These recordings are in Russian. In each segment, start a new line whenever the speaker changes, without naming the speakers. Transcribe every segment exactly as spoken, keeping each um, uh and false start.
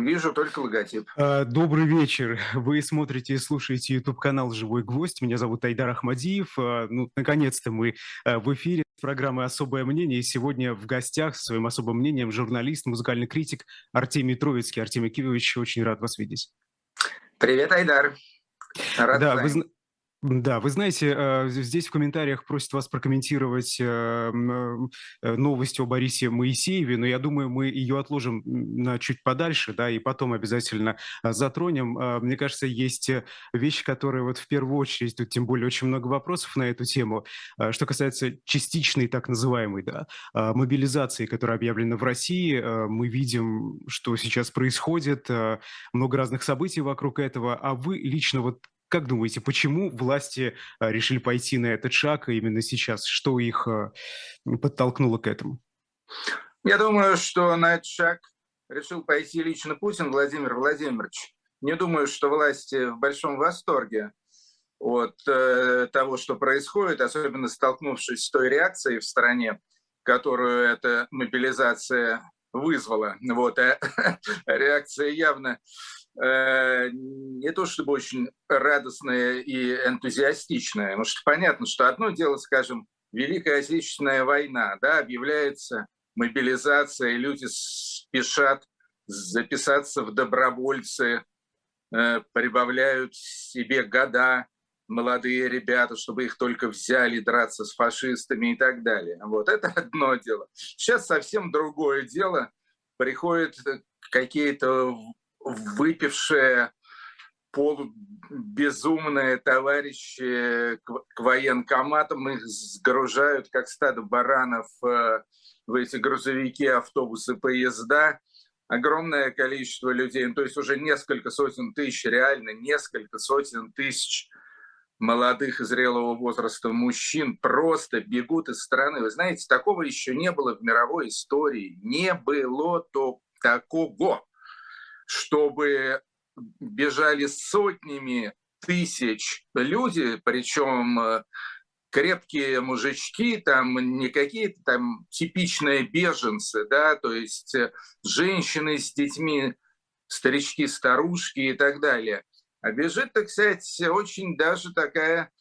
Вижу только логотип.
А, Добрый вечер. Вы смотрите и слушаете YouTube-канал «Живой гвоздь». Меня зовут Айдар Ахмадиев. А, Ну, наконец-то мы а, в эфире с программой «Особое мнение». И сегодня в гостях со своим особым мнением журналист, музыкальный критик Артемий Троицкий. Артемий Кивович, очень рад вас видеть.
Привет, Айдар. Рад
Да,
с
вы,
вами.
зна- да, вы знаете, э, здесь в комментариях просят вас прокомментировать э, м, э, новость о Борисе Моисееве, но я думаю, мы ее отложим м, на чуть подальше, да, и потом обязательно э, затронем. Э, Мне кажется, есть э, вещи, которые вот в первую очередь, тут тем более очень много вопросов на эту тему, Э, что касается частичной так называемой, да, э, мобилизации, которая объявлена в России. Э, Мы видим, что сейчас происходит, э, много разных событий вокруг этого, а вы лично вот как думаете, почему власти а, решили пойти на этот шаг именно сейчас? Что их а, подтолкнуло к этому?
Я думаю, что на этот шаг решил пойти лично Путин Владимир Владимирович. Не думаю, что власти в большом восторге от э, того, что происходит, особенно столкнувшись с той реакцией в стране, которую эта мобилизация вызвала. Вот, а реакция явно э, не то чтобы очень радостная и энтузиастичная, потому что понятно, что одно дело, скажем, Великая Отечественная война, да, объявляется мобилизация, и люди спешат записаться в добровольцы, э, прибавляют себе года, молодые ребята, чтобы их только взяли драться с фашистами и так далее. Вот это одно дело. Сейчас совсем другое дело. Приходят какие-то выпившие полубезумные товарищи к, к военкоматам, их сгружают, как стадо баранов, э, в эти грузовики, автобусы, поезда. Огромное количество людей, ну, то есть уже несколько сотен тысяч, реально несколько сотен тысяч молодых и зрелого возраста мужчин просто бегут из страны. Вы знаете, такого еще не было в мировой истории. Не было то, такого, чтобы бежали сотнями тысяч люди, причем э, крепкие мужички, там не какие-то там типичные беженцы, да, то есть э, женщины с детьми, старички, старушки и так далее. А бежит, так сказать, очень даже такая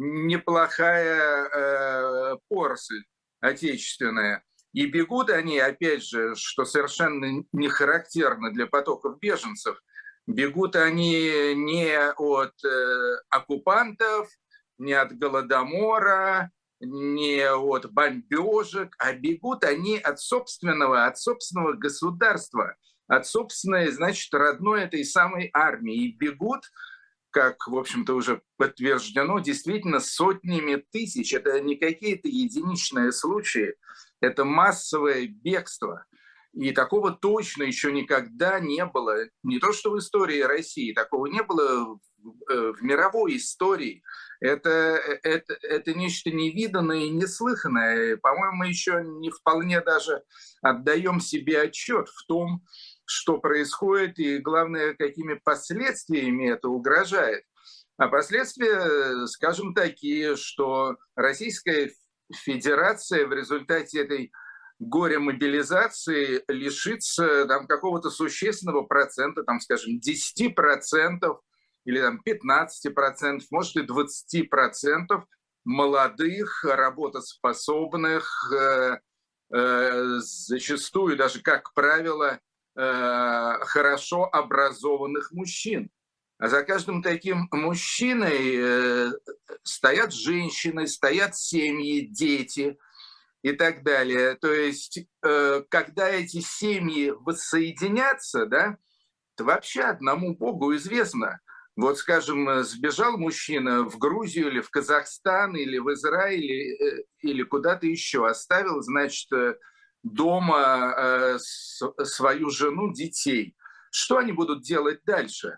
неплохая э, поросль отечественная. И бегут они, опять же, что совершенно не характерно для потоков беженцев, бегут они не от э, оккупантов, не от голодомора, не от бомбежек, а бегут они от собственного, от собственного государства, от собственной, значит, родной этой самой армии. И бегут, как, в общем-то, уже подтверждено, действительно сотнями тысяч. Это не какие-то единичные случаи, это массовое бегство. И такого точно еще никогда не было. Не то, что в истории России, такого не было в, в мировой истории. Это, это, это нечто невиданное и неслыханное. По-моему, мы еще не вполне даже отдаем себе отчет в том, что происходит и, главное, какими последствиями это угрожает. А последствия, скажем, такие, что Российская Федерация в результате этой горе-мобилизации лишится там, какого-то существенного процента, там, скажем, десять процентов или там, пятнадцать процентов, может и двадцать процентов молодых, работоспособных, э, э, зачастую даже, как правило, э, хорошо образованных мужчин. А за каждым таким мужчиной э, стоят женщины, стоят семьи, дети и так далее. То есть, э, когда эти семьи воссоединятся, да, то вообще одному Богу известно. Вот, скажем, сбежал мужчина в Грузию или в Казахстан, или в Израиль, э, или куда-то еще, оставил, значит, э, дома э, с- свою жену, детей. Что они будут делать дальше?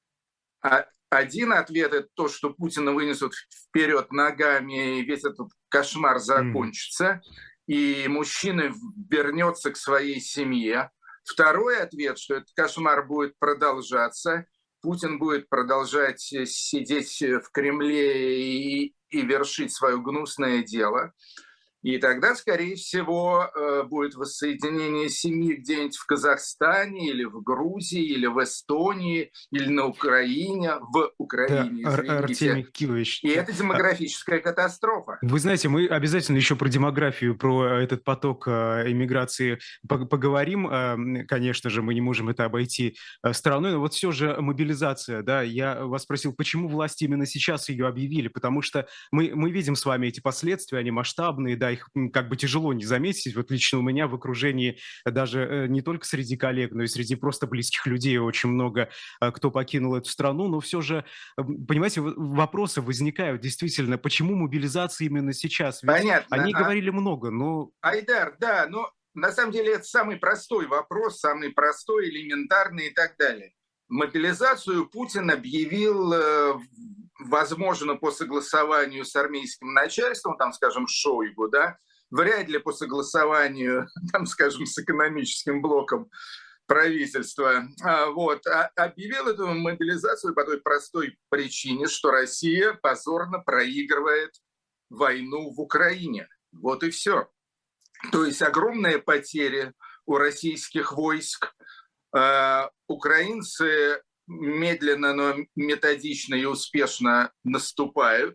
А один ответ – это то, что Путина вынесут вперед ногами, и весь этот кошмар
Мгм.
закончится, и мужчина вернется к своей семье. Второй ответ, что этот кошмар будет продолжаться, Путин будет продолжать сидеть в Кремле и, и вершить свое гнусное дело. И тогда, скорее всего, будет воссоединение семьи где-нибудь в Казахстане или в Грузии, или в Эстонии, или на Украине, в
Да,
Украине,
Ар-
извините.
Артемий Кивович,
И
да.
это демографическая катастрофа.
Вы знаете, мы обязательно еще про демографию, про этот поток э, иммиграции пог- поговорим. Э, м, Конечно же, мы не можем это обойти э, стороной, но вот все же мобилизация, да, я вас спросил, почему власти именно сейчас ее объявили? Потому что мы, мы видим с вами эти последствия, они масштабные, да, их м, как бы тяжело не заметить. Вот лично у меня в окружении даже э, не только среди коллег, но и среди просто близких людей очень много э, кто покинул эту страну, но все же понимаете, вопросы возникают действительно, почему мобилизация именно сейчас? Ведь
Понятно.
они
А,
говорили много, но...
Айдар, да, но на самом деле это самый простой вопрос, самый простой, элементарный и так далее. Мобилизацию Путин объявил, э, возможно, по согласованию с армейским начальством, там, скажем, Шойгу, да, вряд ли по согласованию, там, скажем, с экономическим блоком правительства. А, вот, а, объявил эту мобилизацию по той простой причине, что Россия позорно проигрывает войну в Украине. Вот и все. То есть огромные потери у российских войск. Э, украинцы медленно, но методично и успешно наступают.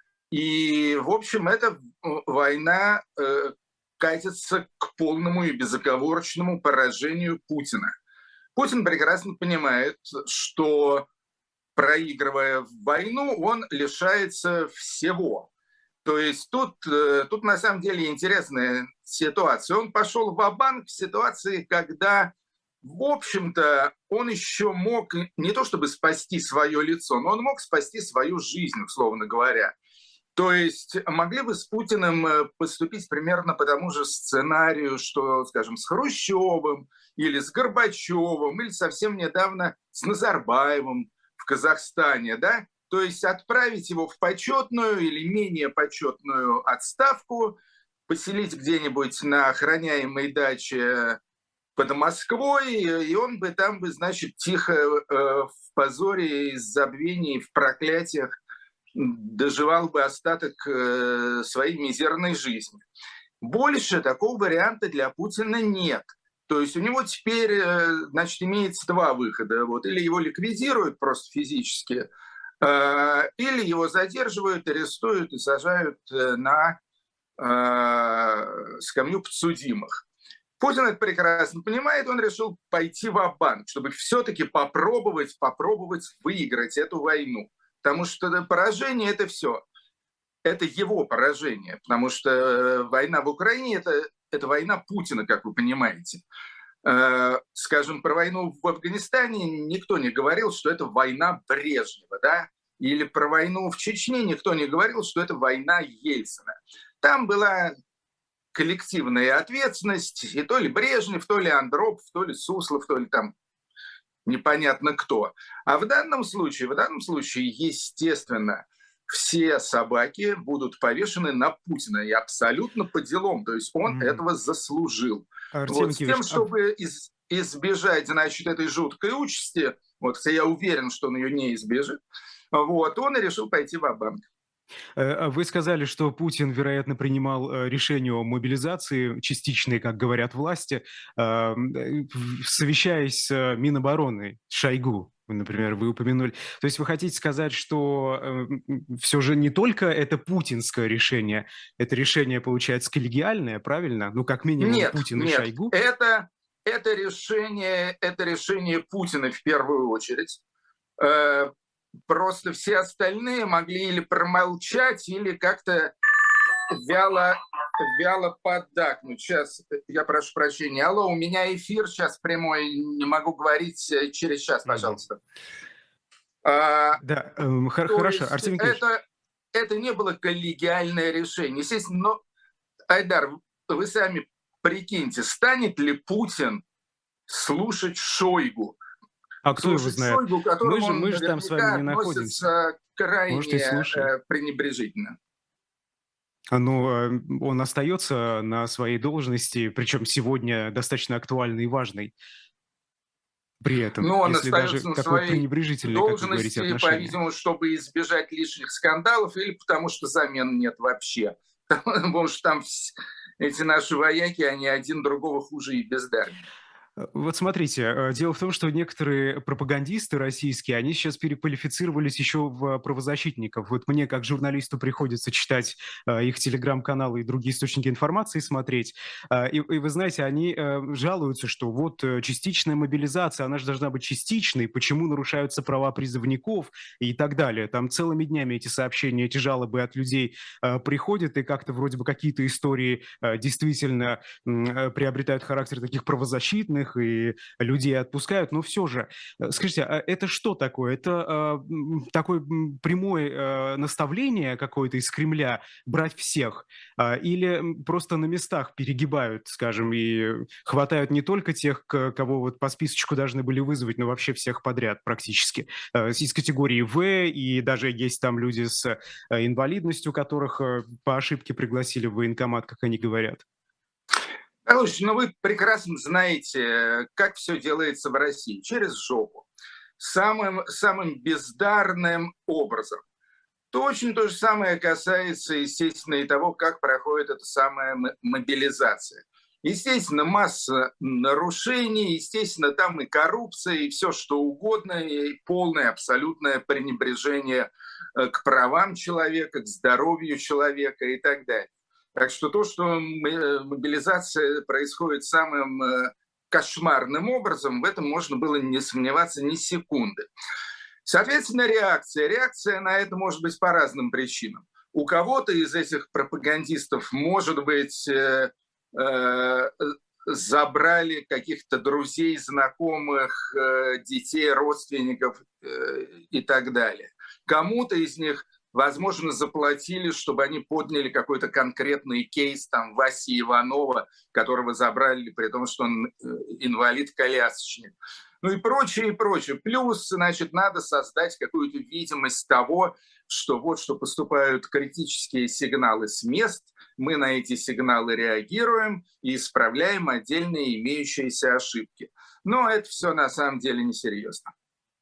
И, в общем, эта война э, катится к полному и безоговорочному поражению Путина. Путин прекрасно понимает, что, проигрывая войну, он лишается всего. То есть тут, тут на самом деле интересная ситуация. Он пошел ва-банк в ситуации, когда, в общем-то, он еще мог не то чтобы спасти свое лицо, но он мог спасти свою жизнь, условно говоря. То есть могли бы с Путиным поступить примерно по тому же сценарию, что, скажем, с Хрущевым или с Горбачевым, или совсем недавно с Назарбаевым в Казахстане, да? То есть отправить его в почетную или менее почетную отставку, поселить где-нибудь на охраняемой даче под Москвой, и он бы там бы, значит, тихо э, в позоре, забвении, в проклятиях доживал бы остаток э, своей мизерной жизни. Больше такого варианта для Путина нет. То есть у него теперь, э, значит, имеется два выхода. Вот, или его ликвидируют просто физически, э, или его задерживают, арестуют и сажают э, на э, скамью подсудимых. Путин это прекрасно понимает, он решил пойти ва-банк, чтобы все-таки попробовать, попробовать выиграть эту войну. Потому что поражение – это все. Это его поражение. Потому что война в Украине – это, это война Путина, как вы понимаете. Скажем, про войну в Афганистане никто не говорил, что это война Брежнева, да? Или про войну в Чечне никто не говорил, что это война Ельцина. Там была коллективная ответственность, и то ли Брежнев, то ли Андропов, то ли Суслов, то ли там непонятно кто. А в данном случае, в данном случае, естественно, все собаки будут повешены на Путина, и абсолютно по делам. То есть он mm-hmm. этого заслужил.
Артем
Вот, с тем, чтобы из, избежать, значит, этой жуткой участи, вот, хотя я уверен, что он ее не избежит, вот, он и решил пойти ва-банк.
Вы сказали, что Путин, вероятно, принимал решение о мобилизации частичной, как говорят власти, совещаясь с Минобороны, Шойгу, например, вы упомянули. То есть вы хотите сказать, что все же не только это путинское решение, это решение, получается, коллегиальное, правильно? Ну, как минимум,
нет,
Путин
нет,
и Шойгу?
Это, это, решение, это решение Путина в первую очередь. Просто все остальные могли или промолчать, или как-то вяло, вяло поддакнуть. Сейчас, я прошу прощения. Алло, у меня эфир сейчас прямой, не могу говорить, через час, пожалуйста.
Mm-hmm. Да, эм, хорошо,
Артемий это, это не было коллегиальное решение. Естественно, но, Айдар, вы сами прикиньте, станет ли Путин слушать Шойгу?
А кто его знает?
Шойгу,
мы же, мы же там с вами не находимся.
Крайне Может, пренебрежительно.
Ну, он остается на своей должности, причем сегодня достаточно актуальной и важной. При этом,
Но он
если даже
остается на
такое
своей
пренебрежительное,
должности,
как вы говорите, отношение.
По-видимому, чтобы избежать лишних скандалов или потому что замен нет вообще. Может, там эти наши вояки, они один другого хуже и бездарнее.
Вот смотрите, дело в том, что некоторые пропагандисты российские, они сейчас переквалифицировались еще в правозащитников. Вот мне, как журналисту, приходится читать их телеграм-каналы и другие источники информации смотреть. И, и вы знаете, они жалуются, что вот частичная мобилизация, она же должна быть частичной, почему нарушаются права призывников и так далее. Там целыми днями эти сообщения, эти жалобы от людей приходят, и как-то вроде бы какие-то истории действительно приобретают характер таких правозащитных, и людей отпускают, но все же, скажите, а это что такое? Это э, такое прямое э, наставление какое-то из Кремля брать всех? Э, или просто на местах перегибают, скажем, и хватают не только тех, кого вот по списочку должны были вызвать, но вообще всех подряд практически. Э, из категории В, и даже есть там люди с э, инвалидностью, которых э, по ошибке пригласили в военкомат, как они говорят.
Слушайте, ну вы прекрасно знаете, как все делается в России. Через жопу. Самым, самым бездарным образом. Точно то же самое касается, естественно, и того, как проходит эта самая мобилизация. Естественно, масса нарушений, естественно, там и коррупция, и все что угодно, и полное абсолютное пренебрежение к правам человека, к здоровью человека и так далее. Так что то, что мобилизация происходит самым кошмарным образом, в этом можно было не сомневаться ни секунды. Соответственно, реакция. Реакция на это может быть по разным причинам. У кого-то из этих пропагандистов, может быть, э, э, забрали каких-то друзей, знакомых, э, детей, родственников э, и так далее. Кому-то из них, возможно, заплатили, чтобы они подняли какой-то конкретный кейс там Васи Иванова, которого забрали, при том, что он инвалид-колясочник. Ну и прочее, и прочее. Плюс, значит, надо создать какую-то видимость того, что вот что поступают критические сигналы с мест, мы на эти сигналы реагируем и исправляем отдельные имеющиеся ошибки. Но это все на самом деле несерьезно.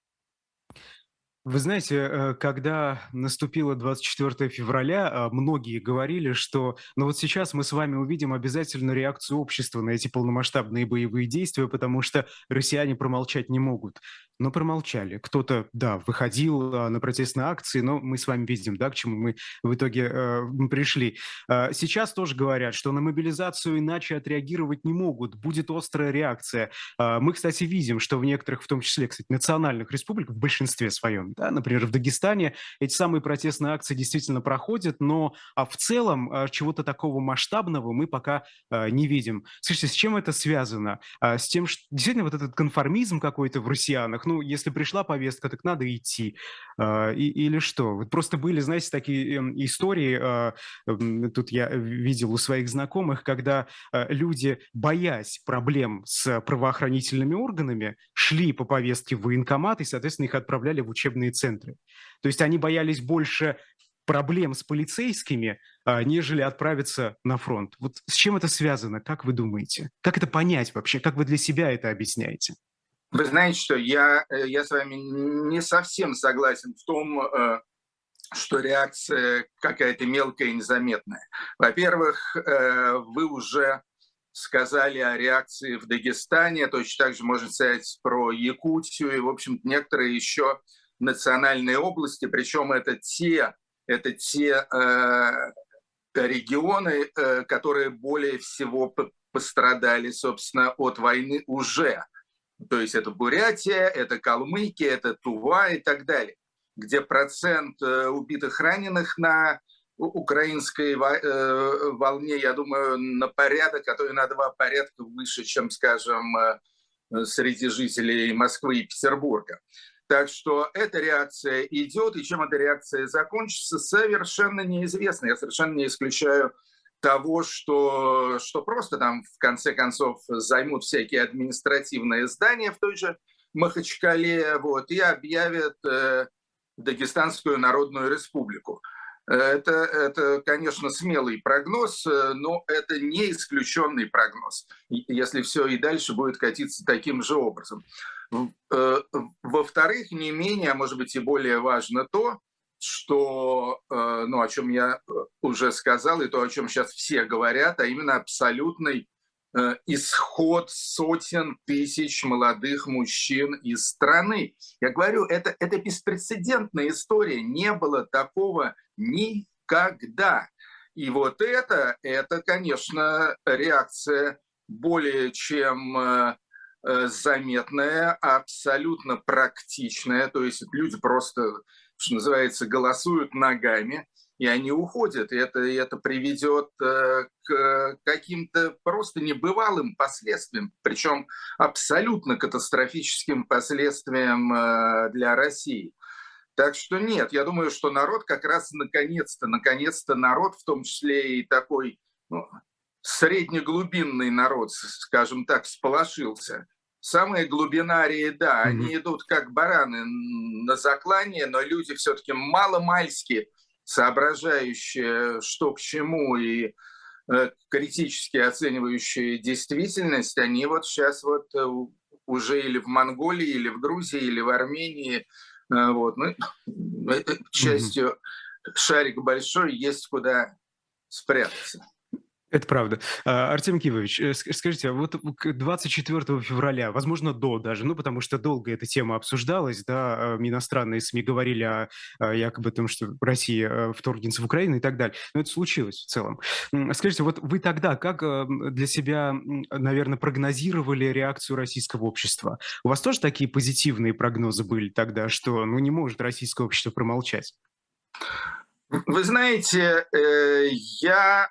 Вы знаете, когда наступило двадцать четвёртое февраля, многие говорили, что ну вот сейчас мы с вами увидим обязательно реакцию общества на эти полномасштабные боевые действия, потому что россияне промолчать не могут. Но промолчали. Кто-то, да, выходил на протестные акции, но мы с вами видим, да, к чему мы в итоге э, пришли. Сейчас тоже говорят, что на мобилизацию иначе отреагировать не могут, будет острая реакция. Мы, кстати, видим, что в некоторых, в том числе, кстати, национальных республиках, в большинстве своем, да, например, в Дагестане эти самые протестные акции действительно проходят, но а в целом а, чего-то такого масштабного мы пока а, не видим. Слушайте, с чем это связано? А, с тем, что действительно вот этот конформизм какой-то в россиянах, ну, если пришла повестка, так надо идти. А, и, или что? Вот просто были, знаете, такие э, истории, а, э, тут я видел у своих знакомых, когда а, люди, боясь проблем с правоохранительными органами, шли по повестке в военкомат и, соответственно, их отправляли в учебные центры. То есть они боялись больше проблем с полицейскими, а, нежели отправиться на фронт. Вот с чем это связано, как вы думаете? Как это понять вообще? Как вы для себя это объясняете?
Вы знаете, что я, я с вами не совсем согласен в том, что реакция какая-то мелкая и незаметная. Во-первых, вы уже сказали о реакции в Дагестане, точно так же можно сказать про Якутию и, в общем-то, некоторые еще национальные области, причем это те, это те э, регионы, э, которые более всего пострадали, собственно, от войны уже. То есть это Бурятия, это Калмыкия, это Тува и так далее, где процент э, убитых, раненых на украинской э, волне, я думаю, на порядок, а то и на два порядка выше, чем, скажем, э, среди жителей Москвы и Петербурга. Так что эта реакция идет, и чем эта реакция закончится, совершенно неизвестно. Я совершенно не исключаю того, что, что просто там в конце концов займут всякие административные здания в той же Махачкале, вот, и объявят э, Дагестанскую Народную Республику. Это, это, конечно, смелый прогноз, но это не исключенный прогноз, если все и дальше будет катиться таким же образом. Во-вторых, не менее, а может быть и более важно то, что, ну, о чем я уже сказал, и то, о чем сейчас все говорят, а именно абсолютный исход сотен тысяч молодых мужчин из страны. Я говорю, это, это беспрецедентная история, не было такого никогда. И вот это, это, конечно, реакция более чем заметная, абсолютно практичная. То есть люди просто, что называется, голосуют ногами, и они уходят. И это, и это приведет к каким-то просто небывалым последствиям, причем абсолютно катастрофическим последствиям для России. Так что нет, я думаю, что народ как раз наконец-то, наконец-то народ, в том числе и такой, ну, среднеглубинный народ, скажем так, всполошился. Самые глубинарии, да, mm-hmm. они идут как бараны на заклание, но люди все-таки маломальски соображающие, что к чему, и э, критически оценивающие действительность, они вот сейчас вот э, уже или в Монголии, или в Грузии, или в Армении, э, вот, ну, это, к счастью, mm-hmm. шарик большой, есть куда спрятаться.
Это правда. Артем Кивович, скажите, а вот двадцать четвёртого февраля, возможно, до даже, ну, потому что долго эта тема обсуждалась, да, иностранные СМИ говорили о, о якобы том, что Россия вторгнется в Украину и так далее, но это случилось в целом. Скажите, вот вы тогда как для себя, наверное, прогнозировали реакцию российского общества? У вас тоже такие позитивные прогнозы были тогда, что, ну, не может российское общество промолчать?
Вы знаете, я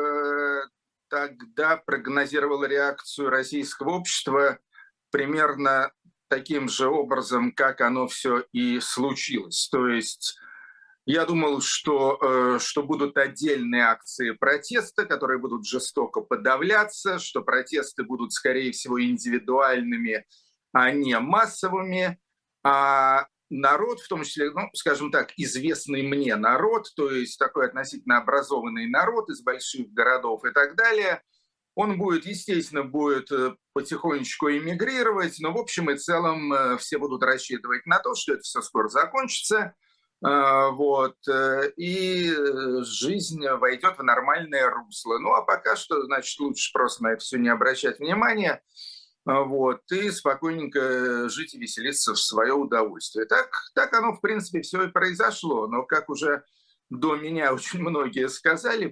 тогда прогнозировал реакцию российского общества примерно таким же образом, как оно все и случилось. То есть я думал, что, что будут отдельные акции протеста, которые будут жестоко подавляться, что протесты будут, скорее всего, индивидуальными, а не массовыми. А народ, в том числе, ну, скажем так, известный мне народ, то есть такой относительно образованный народ из больших городов и так далее, он будет, естественно, будет потихонечку эмигрировать, но в общем и целом все будут рассчитывать на то, что это все скоро закончится, вот, и жизнь войдет в нормальное русло. Ну, а пока что, значит, лучше просто на это все не обращать внимания, вот, и спокойненько жить и веселиться в свое удовольствие. Так, так оно, в принципе, все и произошло. Но, как уже до меня очень многие сказали,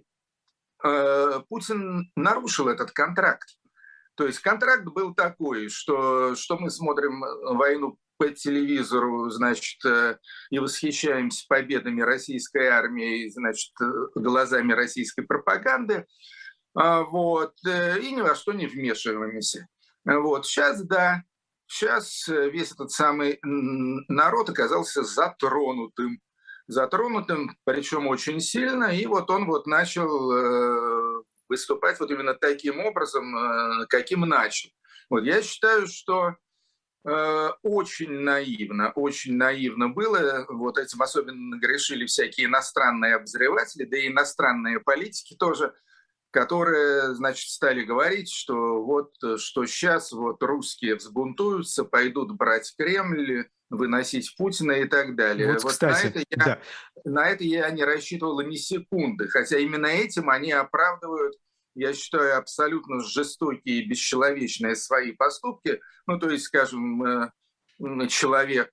Путин нарушил этот контракт. То есть контракт был такой, что, что мы смотрим войну по телевизору, значит, и восхищаемся победами российской армии, значит, глазами российской пропаганды, вот, и ни во что не вмешиваемся. Вот, сейчас, да, сейчас весь этот самый народ оказался затронутым, затронутым, причем очень сильно, и вот он вот начал э, выступать вот именно таким образом, э, каким начал. Вот, я считаю, что э, очень наивно, очень наивно было, вот этим особенно грешили всякие иностранные обозреватели, да и иностранные политики тоже, которые, значит, стали говорить, что вот, что сейчас вот русские взбунтуются, пойдут брать Кремль, выносить Путина и так далее.
Вот,
вот
кстати,
на это, я,
да.
на это я не рассчитывала ни секунды, хотя именно этим они оправдывают, я считаю, абсолютно жестокие и бесчеловечные свои поступки. Ну, то есть, скажем, человек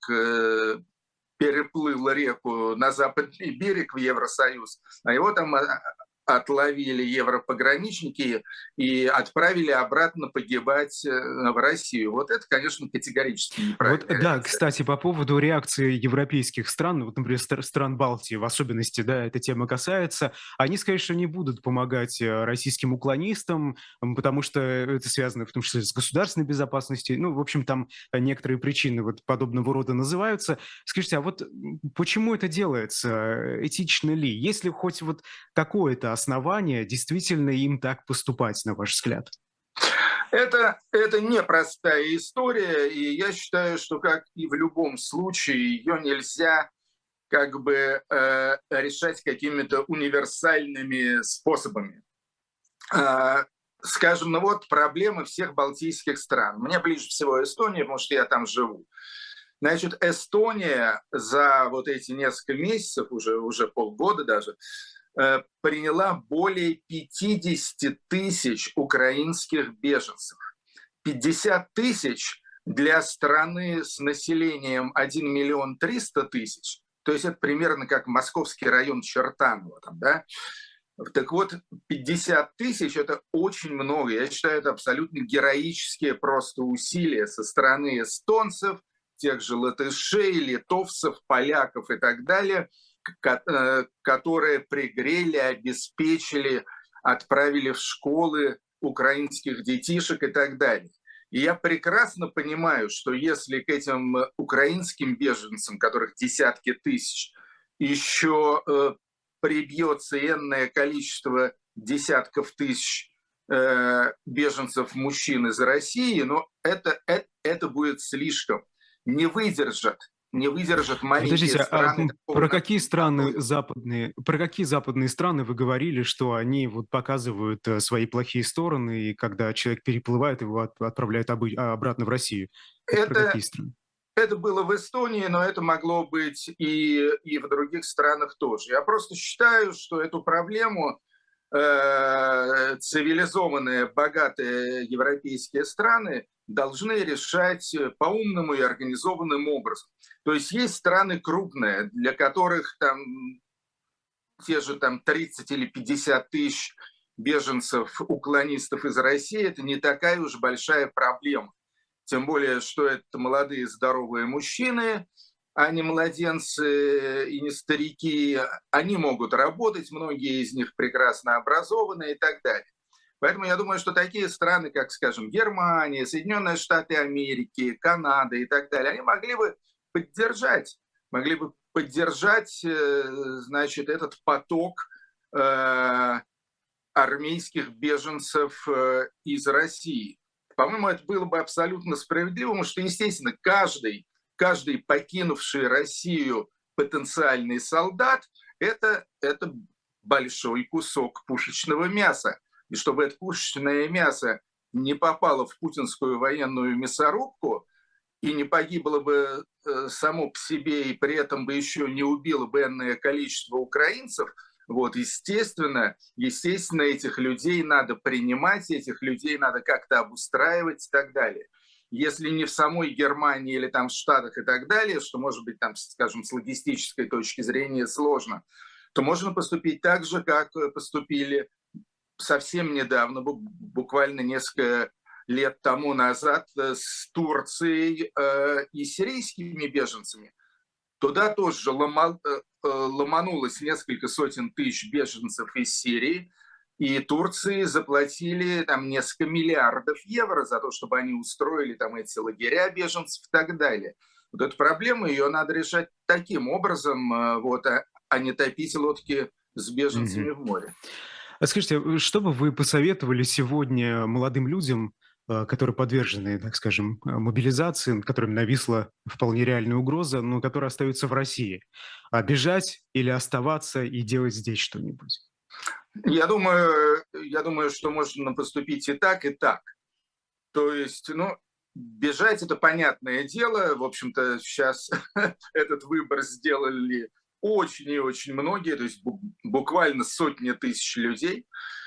переплыл реку на западный берег в Евросоюз, а его там отловили европограничники и отправили обратно погибать в Россию. Вот это, конечно, категорически неправильно.
Вот, да, кстати, по поводу реакции европейских стран, вот, например, стран Балтии, в особенности, да, эта тема касается, они сказали, что не будут помогать российским уклонистам, потому что это связано в том числе с государственной безопасностью. Ну, в общем, там некоторые причины вот подобного рода называются. Скажите, а вот почему это делается? Этично ли? Есть ли хоть вот какое-то основание действительно им так поступать, на ваш взгляд?
Это, это непростая история, и я считаю, что, как и в любом случае, ее нельзя как бы э, решать какими-то универсальными способами. Э, скажем, ну вот проблемы всех балтийских стран. Мне ближе всего Эстония, потому что я там живу. Значит, Эстония за вот эти несколько месяцев, уже, уже полгода даже, э, приняла более пятьдесят тысяч украинских беженцев. пятьдесят тысяч для страны с населением один миллион триста тысяч, то есть это примерно как московский район Чертаново, там, да? Так вот, пятьдесят тысяч – это очень много. Я считаю, это абсолютно героические просто усилия со стороны эстонцев, тех же латышей, литовцев, поляков и так далее, которые пригрели, обеспечили, отправили в школы украинских детишек и так далее. И я прекрасно понимаю, что если к этим украинским беженцам, которых десятки тысяч, еще э, прибьется энное количество десятков тысяч э, беженцев мужчин из России, но это, это, это будет слишком. Не выдержат, не выдержат маленькие
Подождите,
страны.
а про какие страны западные, про какие западные страны вы говорили, что они вот показывают свои плохие стороны, и когда человек переплывает, его отправляют обратно в Россию? Это, это про какие страны?
Это было в Эстонии, но это могло быть и, и в других странах тоже. Я просто считаю, что эту проблему э, цивилизованные, богатые европейские страны должны решать по-умному и организованным образом. То есть есть страны крупные, для которых там те же там тридцать или пятьдесят тысяч беженцев, уклонистов из России, это не такая уж большая проблема. Тем более, что это молодые здоровые мужчины, а не младенцы и не старики. Они могут работать, многие из них прекрасно образованы и так далее. Поэтому я думаю, что такие страны, как, скажем, Германия, Соединенные Штаты Америки, Канада и так далее, они могли бы поддержать, могли бы поддержать, значит, этот поток э, армейских беженцев э, из России. По-моему, это было бы абсолютно справедливо, потому что, естественно, каждый, каждый покинувший Россию потенциальный солдат это, – это большой кусок пушечного мяса. И чтобы это пушечное мясо не попало в путинскую военную мясорубку и не погибло бы само по себе, и при этом бы еще не убило бы энное количество украинцев, вот, естественно, естественно, этих людей надо принимать, этих людей надо как-то обустраивать и так далее. Если не в самой Германии или там в Штатах и так далее, что может быть там, скажем, с логистической точки зрения сложно, то можно поступить так же, как поступили совсем недавно, буквально несколько лет тому назад с Турцией э, и сирийскими беженцами. Туда тоже лома, э, ломанулось несколько сотен тысяч беженцев из Сирии, и Турции заплатили там несколько миллиардов евро за то, чтобы они устроили там эти лагеря беженцев и так далее. Вот эту проблему, ее надо решать таким образом, вот, а, а не топить лодки с беженцами mm-hmm. в море.
А скажите, что бы вы посоветовали сегодня молодым людям, которые подвержены, так скажем, мобилизации, над которыми нависла вполне реальная угроза, но которые остаются в России? А бежать или оставаться и делать здесь что-нибудь?
Я думаю, я думаю, что можно поступить и так, и так. То есть, ну, бежать – это понятное дело. В общем-то, сейчас этот выбор сделали очень и очень многие, то есть буквально сотни тысяч людей.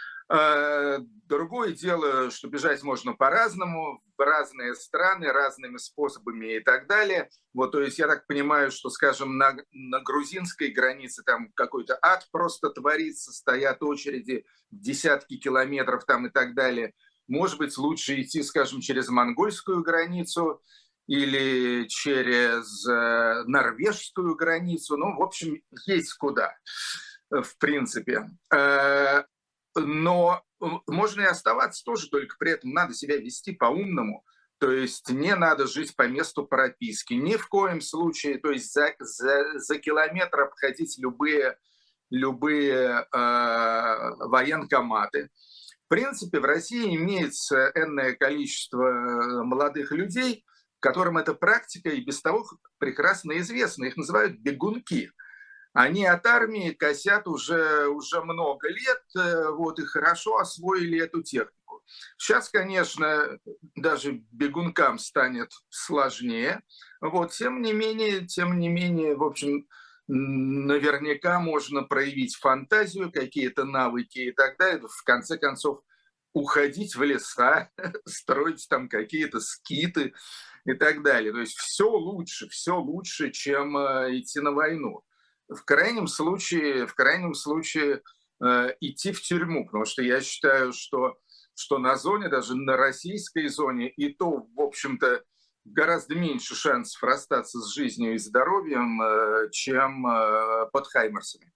Другое дело, что бежать можно по-разному, в разные страны, разными способами и так далее. Вот, то есть я так понимаю, что, скажем, на, на грузинской границе там какой-то ад просто творится, стоят очереди в десятки километров там и так далее. Может быть, лучше идти, скажем, через монгольскую границу или через э, норвежскую границу. Ну, в общем, есть куда, в принципе. Э, но можно и оставаться тоже, только при этом надо себя вести по-умному. То есть не надо жить по месту прописки. Ни в коем случае, то есть за, за, за километр обходить любые, любые э, военкоматы. В принципе, в России имеется энное количество молодых людей, которым эта практика и без того прекрасно известна. Их называют бегунки. Они от армии косят уже, уже много лет, вот, и хорошо освоили эту технику. Сейчас, конечно, даже бегункам станет сложнее. Вот, тем не менее, тем не менее, в общем, наверняка можно проявить фантазию, какие-то навыки и так далее. В конце концов, уходить в леса, строить там какие-то скиты и так далее. То есть все лучше, все лучше, чем э, идти на войну. В крайнем случае, в крайнем случае э, идти в тюрьму, потому что я считаю, что, что на зоне, даже на российской зоне, и то, в общем-то, гораздо меньше шансов расстаться с жизнью и здоровьем, э, чем э, под Хаймерсами.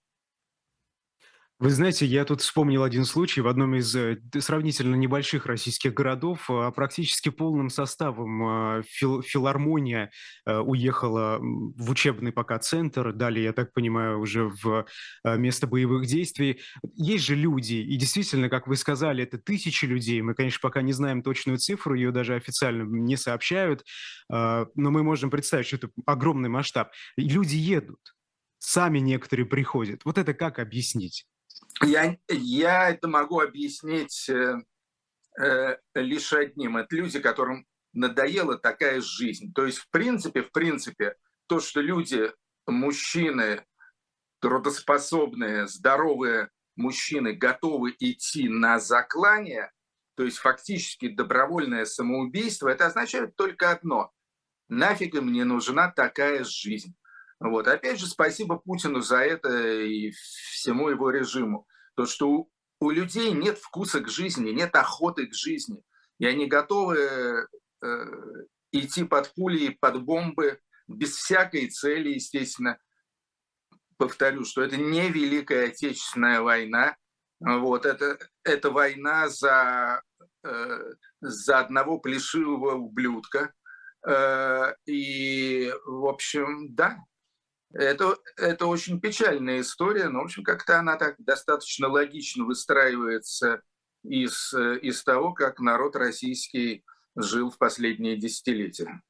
Вы знаете, я тут вспомнил один случай в одном из э, д- сравнительно небольших российских городов. э, Практически полным составом э, фил- филармония э, уехала м, в учебный пока центр. Далее, я так понимаю, уже в э, место боевых действий. Есть же люди, и действительно, как вы сказали, это тысячи людей. Мы, конечно, пока не знаем точную цифру, ее даже официально не сообщают, э, но мы можем представить, что это огромный масштаб. И люди едут, сами некоторые приходят. Вот это как объяснить?
Я, я это могу объяснить э, э, лишь одним. Это люди, которым надоела такая жизнь. То есть, в принципе, в принципе, то, что люди, мужчины, трудоспособные, здоровые мужчины готовы идти на заклание, то есть фактически добровольное самоубийство, это означает только одно. Нафиг им не нужна такая жизнь. Вот. Опять же, спасибо Путину за это и всему его режиму. То, что у, у людей нет вкуса к жизни, нет охоты к жизни. И они готовы э, идти под пули, под бомбы, без всякой цели, естественно. Повторю, что это не Великая Отечественная война. Вот. Это, это война за, э, за одного плешивого ублюдка. Э, и, в общем, да, это, это очень печальная история, но, в общем, как-то она так достаточно логично выстраивается из, э, из того, как народ российский жил в последние десятилетия.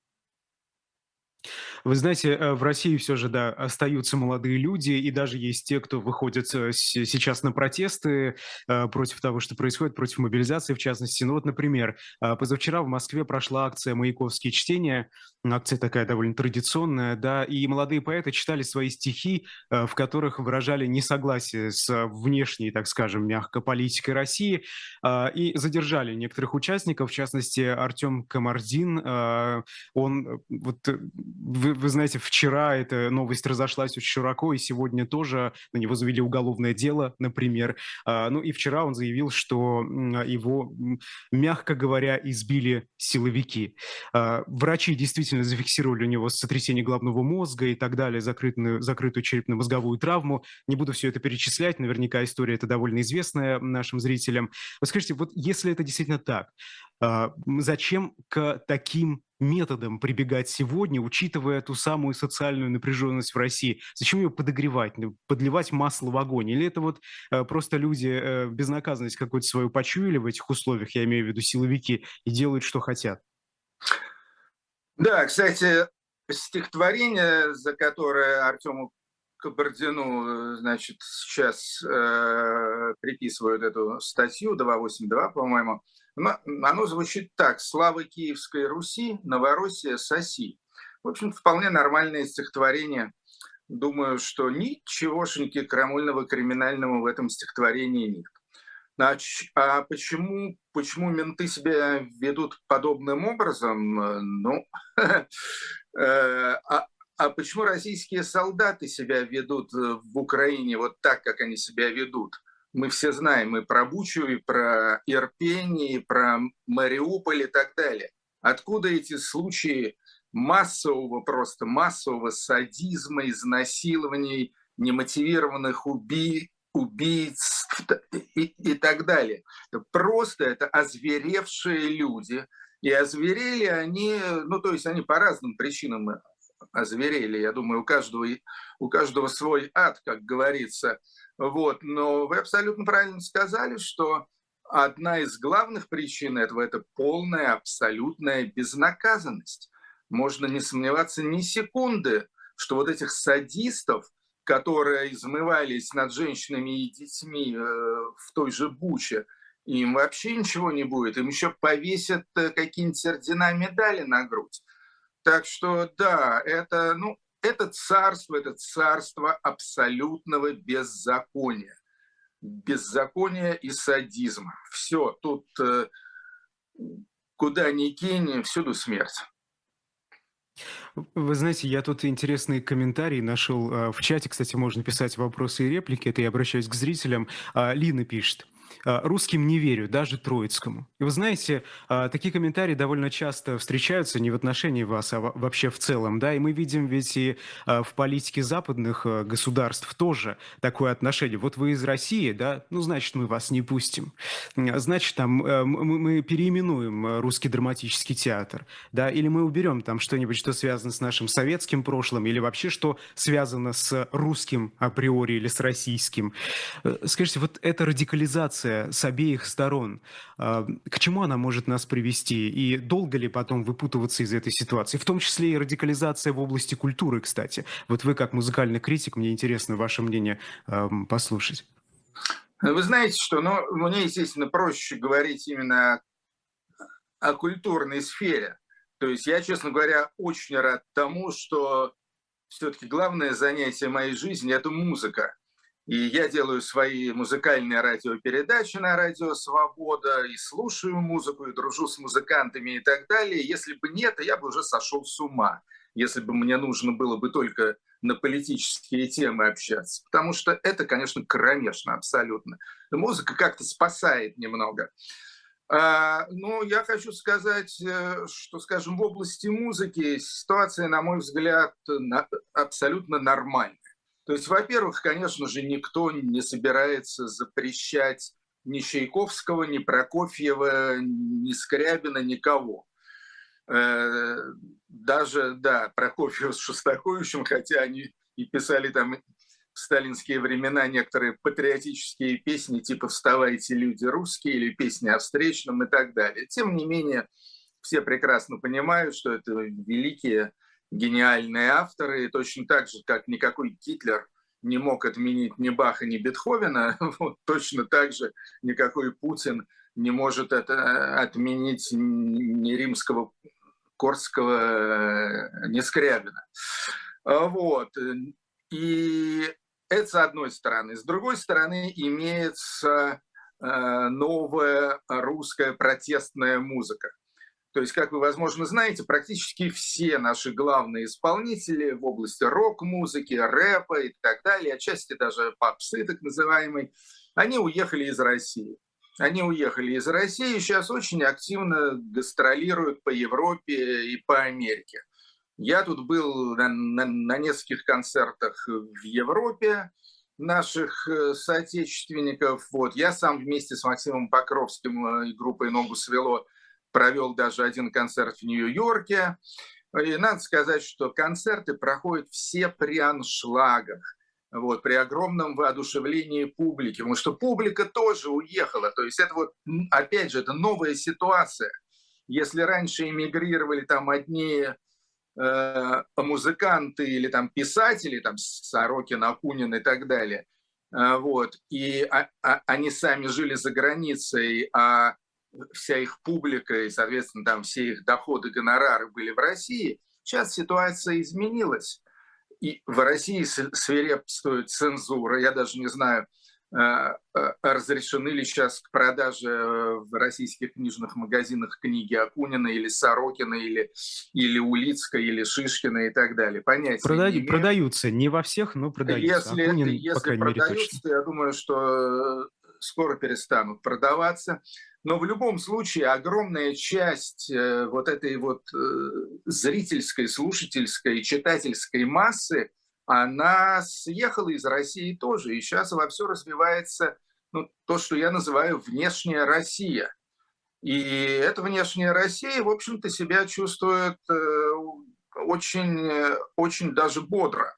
Вы знаете, э, в России все же, да, остаются молодые люди, и даже есть те, кто выходит э, с- сейчас на протесты э, против того, что происходит, против мобилизации, в частности. Ну вот, например, э, позавчера в Москве прошла акция «Маяковские чтения», акция такая довольно традиционная, да, и молодые поэты читали свои стихи, э, в которых выражали несогласие с э, внешней, так скажем, мягко политикой России, э, и задержали некоторых участников, в частности, Артем Камардин, э, он, э, вот, э, вы, вы знаете, вчера эта новость разошлась очень широко, и сегодня тоже на него завели уголовное дело, например. А, ну и вчера он заявил, что м, его, м, мягко говоря, избили силовики. А, врачи действительно зафиксировали у него сотрясение головного мозга и так далее, закрытую, закрытую черепно-мозговую травму. Не буду все это перечислять, наверняка история эта довольно известная нашим зрителям. Вы скажите, вот если это действительно так, а, зачем к таким методам прибегать сегодня, учитывая ту самую социальную напряженность в России? Зачем ее подогревать, ну, подливать масло в огонь? Или это вот э, просто люди э, безнаказанность какую-то свою почуяли в этих условиях, я имею в виду силовики, и делают, что хотят?
Да, кстати, стихотворение, за которое Артему Кабардину, э, значит, сейчас э, приписывают эту статью два восемь два, по-моему, оно, оно звучит так: «Слава Киевской Руси, Новороссия, соси». В общем, вполне нормальное стихотворение. Думаю, что ничегошеньки крамольного, криминального в этом стихотворении нет. Нач- А почему, почему менты себя ведут подобным образом? Э, Ну, э, а, а почему российские солдаты себя ведут э, в Украине вот так, как они себя ведут? Мы все знаем и про Бучу, и про Ирпень, и про Мариуполь и так далее. Откуда эти случаи массового, просто массового садизма, изнасилований, немотивированных убийств, убийц и, и так далее. Просто это озверевшие люди. И озверели они, ну, то есть они по разным причинам озверели. Я думаю, у каждого, у каждого свой ад, как говорится. Вот. Но вы абсолютно правильно сказали, что одна из главных причин этого – это полная, абсолютная безнаказанность. Можно не сомневаться ни секунды, что вот этих садистов, которые измывались над женщинами и детьми э, в той же Буче, им вообще ничего не будет, им еще повесят э, какие-нибудь ордена, медали на грудь. Так что да, это, ну, это царство, это царство абсолютного беззакония. Беззакония и садизма. Все, тут э, куда ни кинь, всюду смерть.
Вы знаете, я тут интересный комментарий нашел а, в чате. Кстати, можно писать вопросы и реплики. Это я обращаюсь к зрителям. А, Лина пишет. А, «Русским не верю, даже Троицкому». И вы знаете, а, такие комментарии довольно часто встречаются не в отношении вас, а во- вообще в целом, да, и мы видим ведь и а, в политике западных а, государств тоже такое отношение. Вот вы из России, да, ну, значит, мы вас не пустим. М, Значит, там э, м- мы мы переименуем э, русский драматический театр, да, или мы уберем там что-нибудь, что связано с нашим советским прошлым, или вообще что связано с русским априори или с российским. Э, Скажите, вот эта радикализация с обеих сторон, а, к чему она может нас привести? И долго ли потом выпутываться из этой ситуации? В том числе и радикализация в области культуры, кстати. Вот вы как музыкальный критик, мне интересно ваше мнение ам, послушать.
Вы знаете, что, ну, мне, естественно, проще говорить именно о культурной сфере. То есть я, честно говоря, очень рад тому, что все-таки главное занятие моей жизни – это музыка. И я делаю свои музыкальные радиопередачи на радио «Свобода», и слушаю музыку, и дружу с музыкантами и так далее. Если бы нет, я бы уже сошел с ума, если бы мне нужно было бы только на политические темы общаться. Потому что это, конечно, кромешно абсолютно. Музыка как-то спасает немного. А, ну, я хочу сказать, э, что, скажем, в области музыки ситуация, на мой взгляд, на- абсолютно нормальная. То есть, во-первых, конечно же, никто не собирается запрещать ни Чайковского, ни Прокофьева, ни Скрябина, никого. Э, Даже, да, Прокофьева с Шостаковичем, хотя они и писали там в сталинские времена некоторые патриотические песни, типа «Вставайте, люди русские» или песни о встречном и так далее. Тем не менее, все прекрасно понимают, что это великие, гениальные авторы, и точно так же, как никакой Гитлер не мог отменить ни Баха, ни Бетховена, вот, точно так же никакой Путин не может это отменить ни римского Корского, ни Скрябина. Вот. И это с одной стороны. С другой стороны, имеется новая русская протестная музыка. То есть, как вы, возможно, знаете, практически все наши главные исполнители в области рок-музыки, рэпа и так далее, отчасти даже попсы так называемой, они уехали из России. Они уехали из России и сейчас очень активно гастролируют по Европе и по Америке. Я тут был на, на, на нескольких концертах в Европе наших э, соотечественников. Вот. Я сам вместе с Максимом Покровским э, и группой «Ногу свело» провел даже один концерт в Нью-Йорке. И надо сказать, что концерты проходят все при аншлагах, вот, при огромном воодушевлении публики, потому что публика тоже уехала. То есть это вот, опять же, это новая ситуация. Если раньше эмигрировали там одни э, музыканты или там писатели, там Сорокин, Акунин и так далее, э, вот, и а, а, они сами жили за границей, а вся их публика и, соответственно, там все их доходы, гонорары были в России, сейчас ситуация изменилась. И в России свирепствует цензура. Я даже не знаю, разрешены ли сейчас к продаже в российских книжных магазинах книги Акунина или Сорокина, или, или Улицка, или Шишкина и так далее. Понятия не
Продаю-
имею.
продаются, не во всех, но продаются.
Если,
Акунин, по
если
крайней мере, точно.
продаются, то я думаю, что скоро перестанут продаваться. Но в любом случае огромная часть э, вот этой вот э, зрительской, слушательской, читательской массы, она съехала из России тоже. И сейчас вовсю развивается, ну, то, что я называю внешняя Россия. И эта внешняя Россия, в общем-то, себя чувствует э, очень, э, очень даже бодро.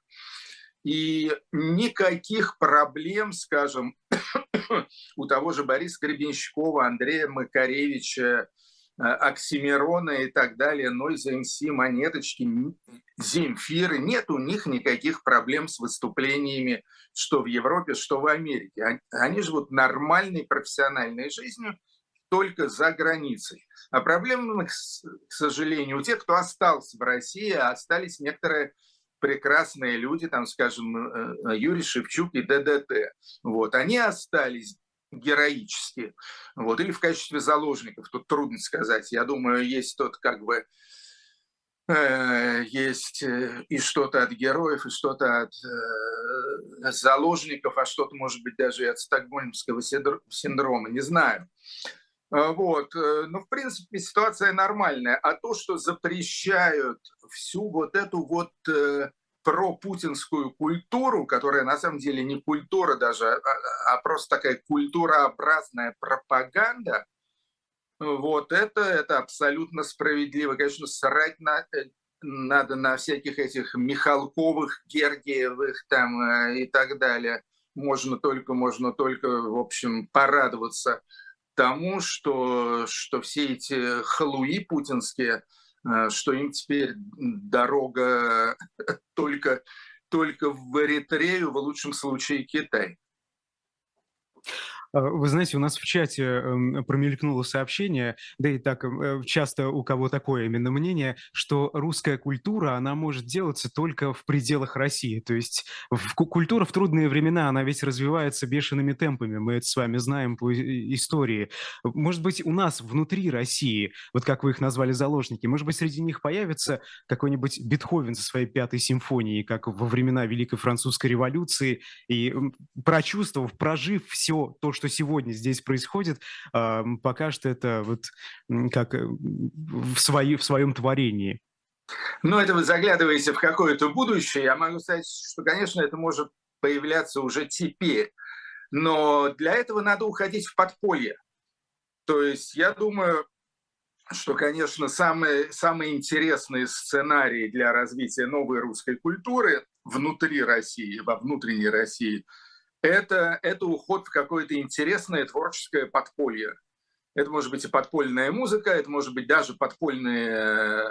И никаких проблем, скажем, у того же Бориса Гребенщикова, Андрея Макаревича Оксимироны и так далее, Noise эм си, Монеточки, Земфиры. Нет у них никаких проблем с выступлениями, что в Европе, что в Америке. Они живут нормальной профессиональной жизнью, только за границей. А проблемы, к сожалению, у тех, кто остался в России, остались некоторые прекрасные люди, там, скажем, Юрий Шевчук и ДДТ. Вот. Они остались героически, вот, или в качестве заложников, тут трудно сказать. Я думаю, есть тот, как бы, э, есть и что-то от героев, и что-то от э, заложников, а что-то, может быть, даже и от стокгольмского синдрома, не знаю. Вот. Но, в принципе, ситуация нормальная. А то, что запрещают всю вот эту вот пропутинскую культуру, которая на самом деле не культура даже, а, а просто такая культурообразная пропаганда, вот это, это абсолютно справедливо. Конечно, срать на, надо на всяких этих Михалковых, Гергиевых там и так далее. Можно только, можно только, в общем, порадоваться тому, что, что все эти халуи путинские, что им теперь дорога только, только в Эритрею, в лучшем случае Китай.
Вы знаете, у нас в чате промелькнуло сообщение, да и так часто у кого такое именно мнение, что русская культура, она может делаться только в пределах России. То есть в, культура в трудные времена, она ведь развивается бешеными темпами, мы это с вами знаем по истории. Может быть, у нас внутри России, вот как вы их назвали заложники, может быть, среди них появится какой-нибудь Бетховен со своей пятой симфонией, как во времена Великой Французской революции, и прочувствовав, прожив все то, что что сегодня здесь происходит, пока что это вот как в, свои, в своем творении.
Ну, это вы заглядываете в какое-то будущее. Я могу сказать, что, конечно, это может появляться уже теперь. Но для этого надо уходить в подполье. То есть я думаю, что, конечно, самые, самые интересные сценарии для развития новой русской культуры внутри России, во внутренней России – Это, это уход в какое-то интересное творческое подполье. Это может быть и подпольная музыка, это может быть даже подпольные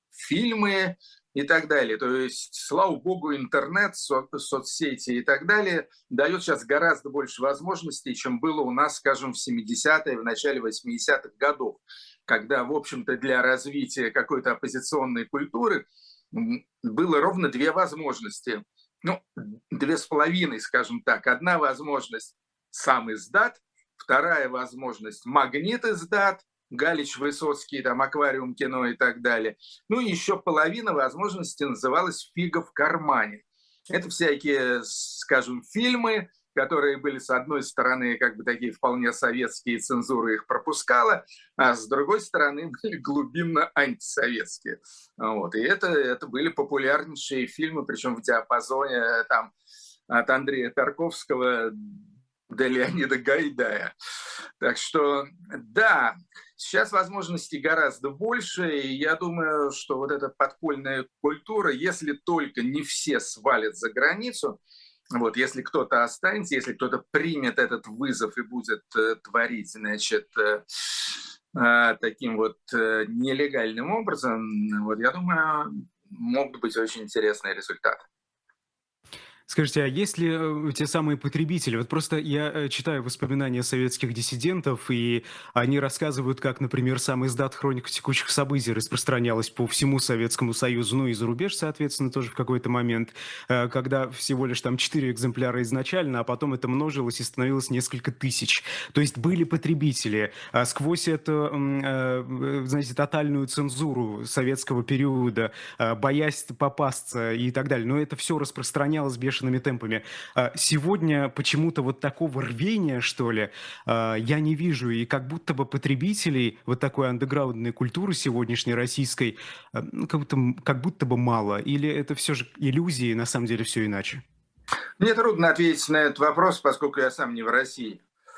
фильмы и так далее. То есть, слава богу, интернет, со, соцсети и так далее дает сейчас гораздо больше возможностей, чем было у нас, скажем, в семидесятые, в начале восьмидесятых годов, когда, в общем-то, для развития какой-то оппозиционной культуры было ровно две возможности. Ну, две с половиной, скажем так. Одна возможность – сам издат, вторая возможность – магнит издат, Галич, Высоцкий, там, Аквариум кино и так далее. Ну и еще половина возможностей называлась «Фига в кармане». Это всякие, скажем, фильмы, которые были, с одной стороны, как бы такие вполне советские, цензура их пропускала, а с другой стороны были глубинно антисоветские. Вот. И это, это были популярнейшие фильмы, причем в диапазоне там, от Андрея Тарковского до Леонида Гайдая. Так что, да, сейчас возможностей гораздо больше, и я думаю, что вот эта подпольная культура, если только не все свалят за границу, вот, если кто-то останется, если кто-то примет этот вызов и будет э, творить, значит, э, э, таким вот э, нелегальным образом, вот, я думаю, могут быть очень интересные результаты.
Скажите, а есть ли э, те самые потребители? Вот просто я э, читаю воспоминания советских диссидентов, и они рассказывают, как, например, сам издат «Хроника текущих событий» распространялась по всему Советскому Союзу, ну и за рубеж, соответственно, тоже в какой-то момент, э, когда всего лишь там четыре экземпляра изначально, а потом это множилось и становилось несколько тысяч. То есть были потребители. А сквозь эту, э, знаете, тотальную цензуру советского периода, э, боясь попасться и так далее, но это все распространялось бешено темпами. Сегодня почему-то вот такого рвения, что ли, я не вижу. И как будто бы потребителей вот такой андеграундной культуры сегодняшней российской как будто, как будто бы мало. Или это все же иллюзии, на самом деле все иначе?
Мне трудно ответить на этот вопрос, поскольку я сам не в России.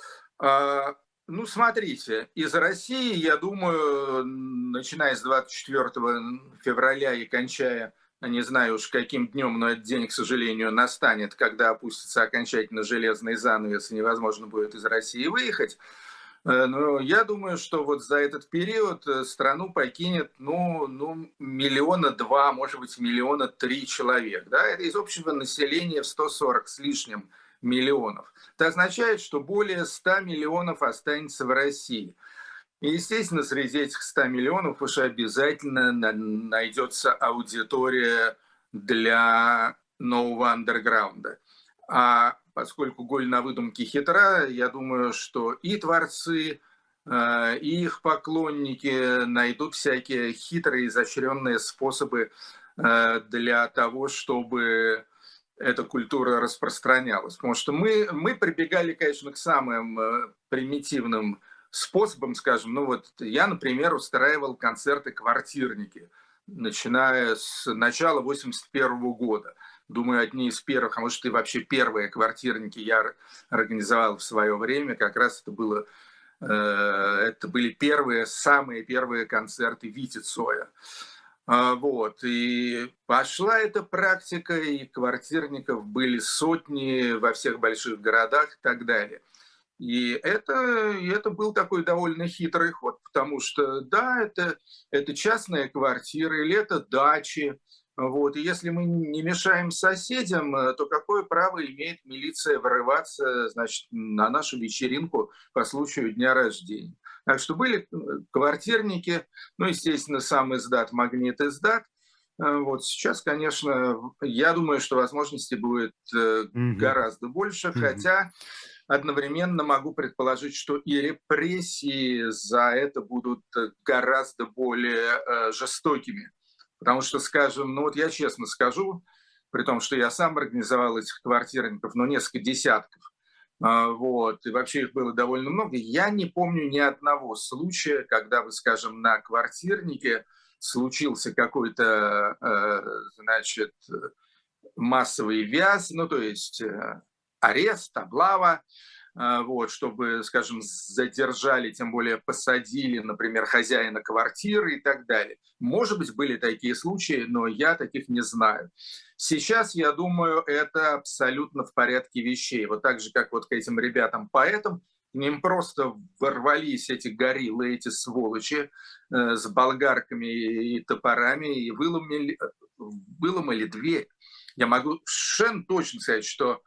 Ну, смотрите, из России, я думаю, начиная с двадцать четвёртого февраля и кончая, не знаю уж каким днем, но этот день, к сожалению, настанет, когда опустится окончательно железный занавес и невозможно будет из России выехать. Э, ну, я думаю, что вот за этот период э, страну покинет, ну, ну, миллиона два, может быть, миллиона три человек. Да? Это из общего населения в сто сорок с лишним миллионов. Это означает, что более ста миллионов останется в России. И, естественно, среди этих ста миллионов уж обязательно на- найдется аудитория для нового андерграунда. А поскольку голь на выдумке хитра, я думаю, что и творцы, э, и их поклонники найдут всякие хитрые, изощренные способы э, для того, чтобы эта культура распространялась. Потому что мы, мы прибегали, конечно, к самым э, примитивным способом, скажем, ну вот я, например, устраивал концерты-квартирники, начиная с начала восемьдесят первого года. Думаю, одни из первых, а может и вообще первые квартирники я организовал в свое время. Как раз это было, э, это были первые, самые первые концерты Вити Цоя. А, Вот. И пошла эта практика, и квартирников были сотни во всех больших городах и так далее. И это, и это был такой довольно хитрый ход, потому что, да, это, это частные квартиры или это дачи. Вот. И если мы не мешаем соседям, э, то какое право имеет милиция врываться, значит, на нашу вечеринку по случаю дня рождения? Так что были э, квартирники, ну, естественно, сам издат, магнит издат. Э, Вот сейчас, конечно, я думаю, что возможностей будет э,
Мгм.
гораздо больше,
Мгм.
хотя одновременно могу предположить, что и репрессии за это будут э, гораздо более э, жестокими. Потому что, скажем, ну вот я честно скажу, при том, что я сам организовал этих квартирников, ну, несколько десятков, а, вот, и вообще их было довольно много, я не помню ни одного случая, когда бы, скажем, на квартирнике случился какой-то, э, значит, массовый вяз, ну, то есть э, арест, облава, а, вот, чтобы, скажем, задержали, тем более посадили, например, хозяина квартиры и так далее. Может быть, были такие случаи, но я таких не знаю. Сейчас, я думаю, это абсолютно в порядке вещей. Вот так же, как вот к этим ребятам-поэтам, к ним просто ворвались эти гориллы, эти сволочи э, с болгарками и топорами и выломали, выломали дверь. Я могу совершенно точно сказать, что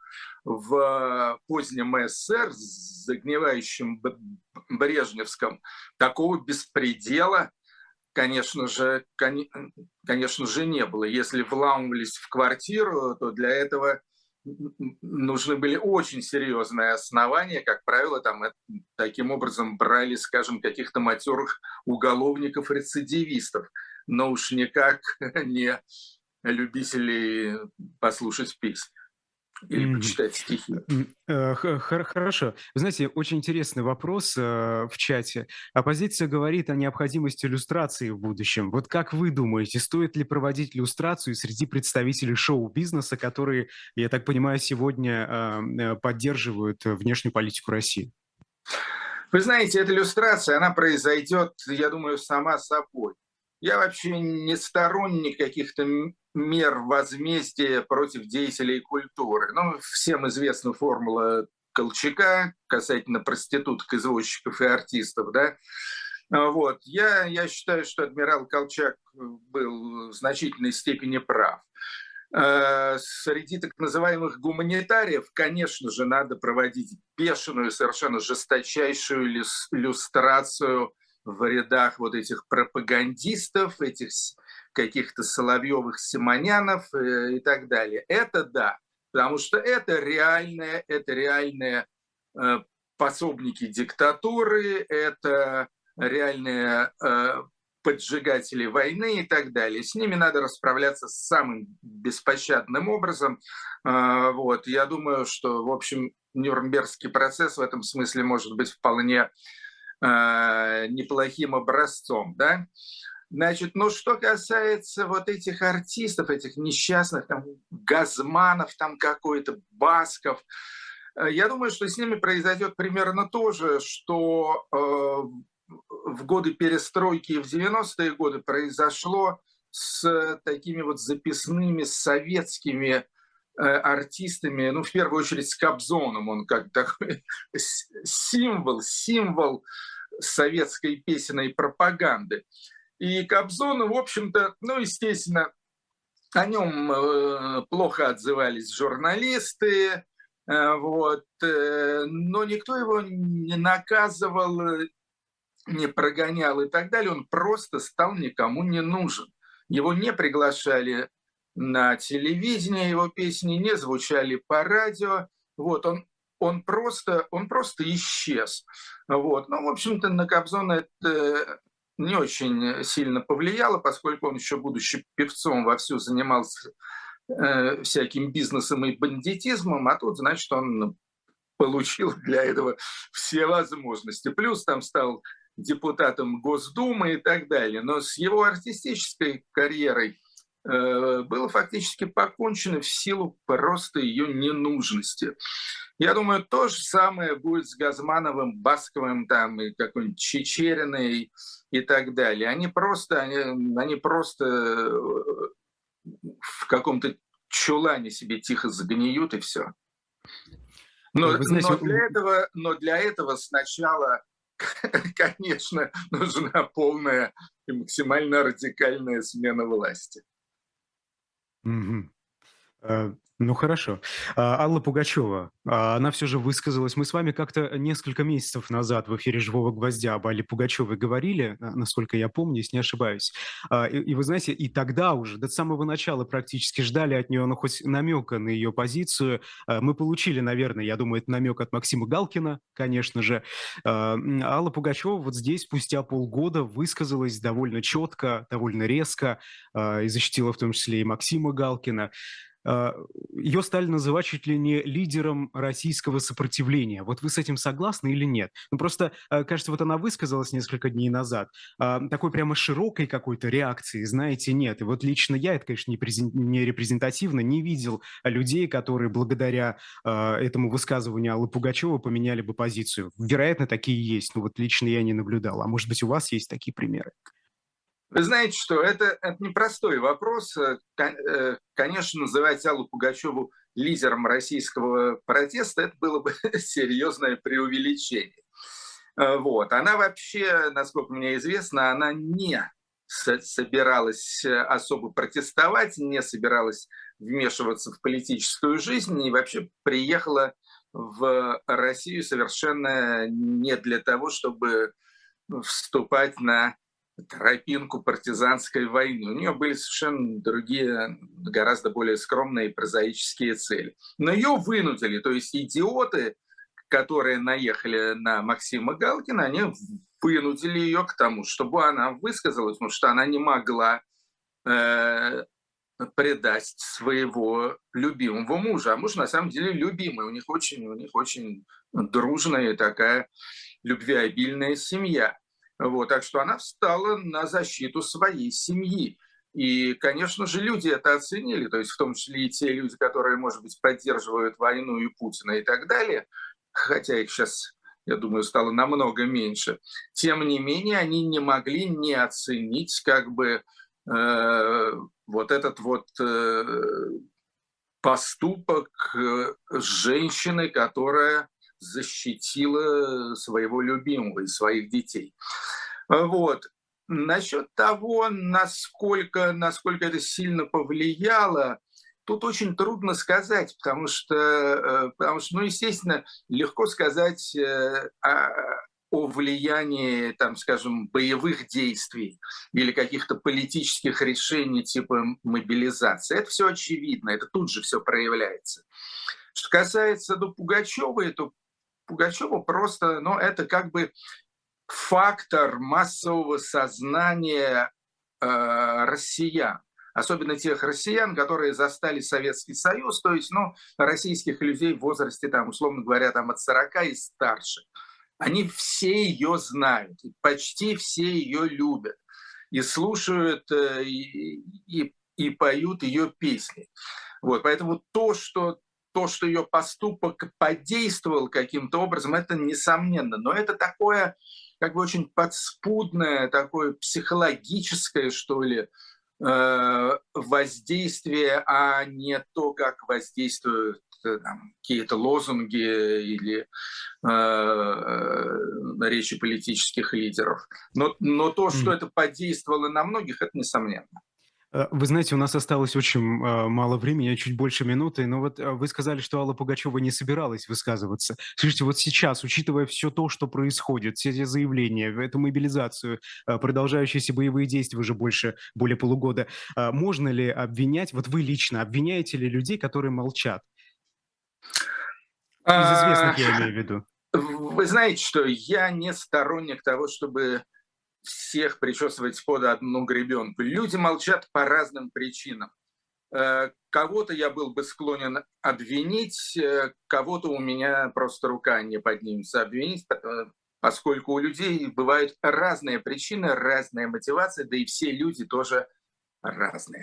в позднем СССР, загнивающем Брежневском, такого беспредела, конечно же, конечно же, не было. Если вламывались в квартиру, то для этого нужны были очень серьезные основания. Как правило, там таким образом брали, скажем, каких-то матерых уголовников-рецидивистов, но уж никак не любителей послушать песни или
Мгм.
почитать стихи.
М, э, х хор Хорошо. Вы знаете, очень интересный вопрос, э, в чате. Оппозиция говорит о необходимости люстрации в будущем. Вот как вы думаете, стоит ли проводить люстрацию среди представителей шоу-бизнеса, которые, я так понимаю, сегодня, ам, э, поддерживают э, внешнюю политику России?
Вы знаете, эта иллюстрация, она произойдет, я думаю, сама собой. Я вообще не сторонник каких-то мер возмездия против деятелей культуры. Ну, всем известна формула Колчака касательно проституток, извозчиков и артистов, да. А, Вот. Я, я считаю, что адмирал Колчак был в значительной степени прав. Э, Среди так называемых гуманитариев, конечно же, надо проводить бешеную, совершенно жесточайшую люстрацию в рядах вот этих пропагандистов, этих каких-то Соловьевых, Симонянов э, и так далее. Это да, потому что это реальные, это реальные э, пособники диктатуры, это реальные э, поджигатели войны и так далее. С ними надо расправляться самым беспощадным образом. А, Вот. Я думаю, что, в общем, Нюрнбергский процесс в этом смысле может быть вполне а, неплохим образцом, да? Значит, ну что касается вот этих артистов, этих несчастных, там, Газманов там какой-то, Басков, э, я думаю, что с ними произойдет примерно то же, что э, в годы перестройки и в девяностые годы произошло с такими вот записными советскими артистами, ну, в первую очередь с Кобзоном, он как такой символ, символ советской песенной пропаганды. И Кобзон, в общем-то, ну, естественно, о нем э, плохо отзывались журналисты, э, вот, э, но никто его не наказывал, не прогонял и так далее, он просто стал никому не нужен. Его не приглашали на телевидение, его песни не звучали по радио, вот, он, он, просто, он просто исчез. Вот. Ну, в общем-то, на Кобзона это не очень сильно повлияло, поскольку он еще, будучи певцом, вовсю занимался э, всяким бизнесом и бандитизмом, а тут, значит, он получил для этого все возможности. Плюс там стал депутатом Госдумы и так далее. Но с его артистической карьерой э, было фактически покончено в силу просто ее ненужности. Я думаю, то же самое будет с Газмановым, Басковым там, и какой-нибудь Чичериной и так далее. Они просто, они, они просто в каком-то чулане себе тихо загниют, и все. Но,
Вы знаете,
но, для этого, но для этого сначала, конечно, нужна полная и максимально радикальная смена власти.
Мгм. Э, Ну хорошо. А, Алла Пугачева, а, она все же высказалась. Мы с вами как-то несколько месяцев назад в эфире «Живого гвоздя» об Алле Пугачевой говорили, а, насколько я помню, если не ошибаюсь. А, И, и вы знаете, и тогда уже, до самого начала практически ждали от нее, ну, хоть намека на ее позицию. А, Мы получили, наверное, я думаю, это намек от Максима Галкина, конечно же. А, м, Алла Пугачева вот здесь спустя полгода высказалась довольно четко, довольно резко, а, и защитила в том числе и Максима Галкина. Ее стали называть чуть ли не лидером российского сопротивления. Вот вы с этим согласны или нет? Ну, просто, э, кажется, вот она высказалась несколько дней назад. А, Такой прямо широкой какой-то реакции, знаете, нет. И вот лично я, это, конечно, не, презен- не репрезентативно, не видел людей, которые благодаря э, этому высказыванию Аллы Пугачевой поменяли бы позицию. Вероятно, такие есть, но вот лично я не наблюдал. А может быть, у вас есть такие примеры?
Вы знаете, что это, это непростой вопрос. Э, Конечно, называть Аллу Пугачеву лидером российского протеста, это было бы серьезное преувеличение. Э, Вот. Она вообще, насколько мне известно, она не собиралась особо протестовать, не собиралась вмешиваться в политическую жизнь и вообще приехала в Россию совершенно не для того, чтобы вступать на тропинку партизанской войны. У нее были совершенно другие, гораздо более скромные и прозаические цели. Но ее вынудили, то есть идиоты, которые наехали на Максима Галкина, они вынудили ее к тому, чтобы она высказалась, потому что она не могла э, предать своего любимого мужа. А муж на самом деле любимый, у них очень, у них очень дружная такая любвеобильная семья. Вот, так что она встала на защиту своей семьи. И, конечно же, люди это оценили, то есть в том числе и те люди, которые, может быть, поддерживают войну и Путина и так далее, хотя их сейчас, я думаю, стало намного меньше. Тем не менее, они не могли не оценить как бы э, вот этот вот э, поступок э, женщины, которая защитила своего любимого и своих детей. Вот. Насчет того, насколько, насколько это сильно повлияло, тут очень трудно сказать, потому что, э, потому что ну, естественно, легко сказать э, о, о влиянии, там, скажем, боевых действий или каких-то политических решений типа мобилизации. Это все очевидно, это тут же все проявляется. Что касается ну, Пугачевой, то Пугачева просто, ну, это как бы фактор массового сознания э, россиян, особенно тех россиян, которые застали Советский Союз, то есть, ну, российских людей в возрасте, там, условно говоря, там, от сорока и старше. Они все ее знают, почти все ее любят и слушают э, и, и, и поют ее песни. Вот, поэтому то, что то, что ее поступок подействовал каким-то образом, это несомненно. Но это такое, как бы очень подспудное, такое психологическое, что ли, э, воздействие, а не то, как воздействуют э, там, какие-то лозунги или э, речи политических лидеров. Но, но то, что это подействовало на многих, это несомненно.
Э, Вы знаете, у нас осталось очень э, мало времени, чуть больше минуты, но вот э, вы сказали, что Алла Пугачева не собиралась высказываться. Слушайте, вот сейчас, учитывая все то, что происходит, все эти заявления, эту мобилизацию, э, продолжающиеся боевые действия уже больше, более полугода, э, можно ли обвинять, вот вы лично обвиняете ли людей, которые молчат? Из
А,
известных я имею в виду.
Вы знаете, что я не сторонник того, чтобы всех причесывать под одну гребенку. Люди молчат по разным причинам. Э, Кого-то я был бы склонен обвинить, э, кого-то у меня просто рука не поднимется обвинить, пото- поскольку у людей бывают разные причины, разные мотивации, да и все люди тоже разные.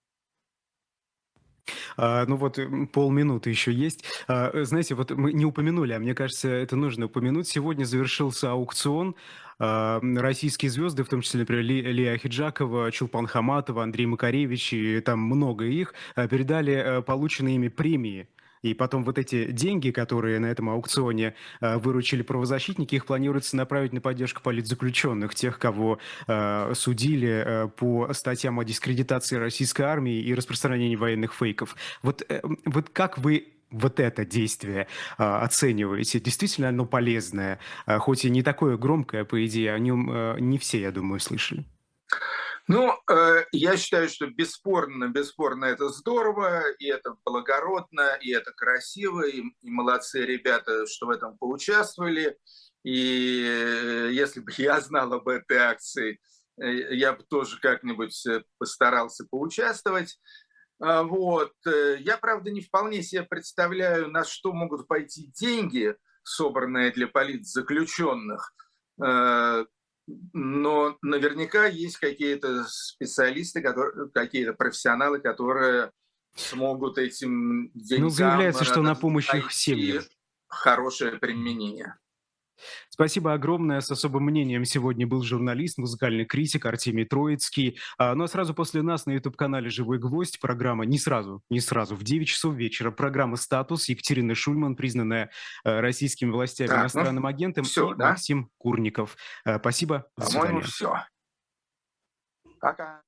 А, ну вот м, полминуты еще есть. А, э, знаете, вот мы не упомянули, а мне кажется, это нужно упомянуть. Сегодня завершился аукцион. А, м, российские звезды, в том числе, например, Ли- Лия Ахеджакова, Чулпан Хаматова, Андрей Макаревич и там много их, а, передали а, полученные ими премии. И потом вот эти деньги, которые на этом аукционе а, выручили правозащитники, их планируется направить на поддержку политзаключенных, тех, кого э, судили э, по статьям о дискредитации российской армии и распространении военных фейков. Вот, э, вот как вы вот это действие а, оцениваете? Действительно оно полезное, а, хоть и не такое громкое, по идее, о нем э, не все, я думаю, слышали.
Ну, э, я считаю, что бесспорно, бесспорно это здорово, и это благородно, и это красиво, и, и молодцы ребята, что в этом поучаствовали. И э, если бы я знал об этой акции, э, я бы тоже как-нибудь э, постарался поучаствовать. А, Вот. э, Я, правда, не вполне себе представляю, на что могут пойти деньги, собранные для политзаключенных. Э, Но наверняка есть какие-то специалисты, которые, какие-то профессионалы, которые смогут этим
Ну,
деньгам
заявляется,
э,
что на помощь их
найти
семьям.
хорошее применение.
Спасибо огромное. С особым мнением сегодня был журналист, музыкальный критик Артемий Троицкий. А, ну а сразу после нас на YouTube-канале «Живой гвоздь» программа не сразу, не сразу, в девять часов вечера. Программа «Статус» Екатерина Шульман, признанная э, российскими властями
Так, ну
иностранным агентом, и
все, да?
Максим Курников. Э, Спасибо, до
По-моему,
свидания.
все. Пока.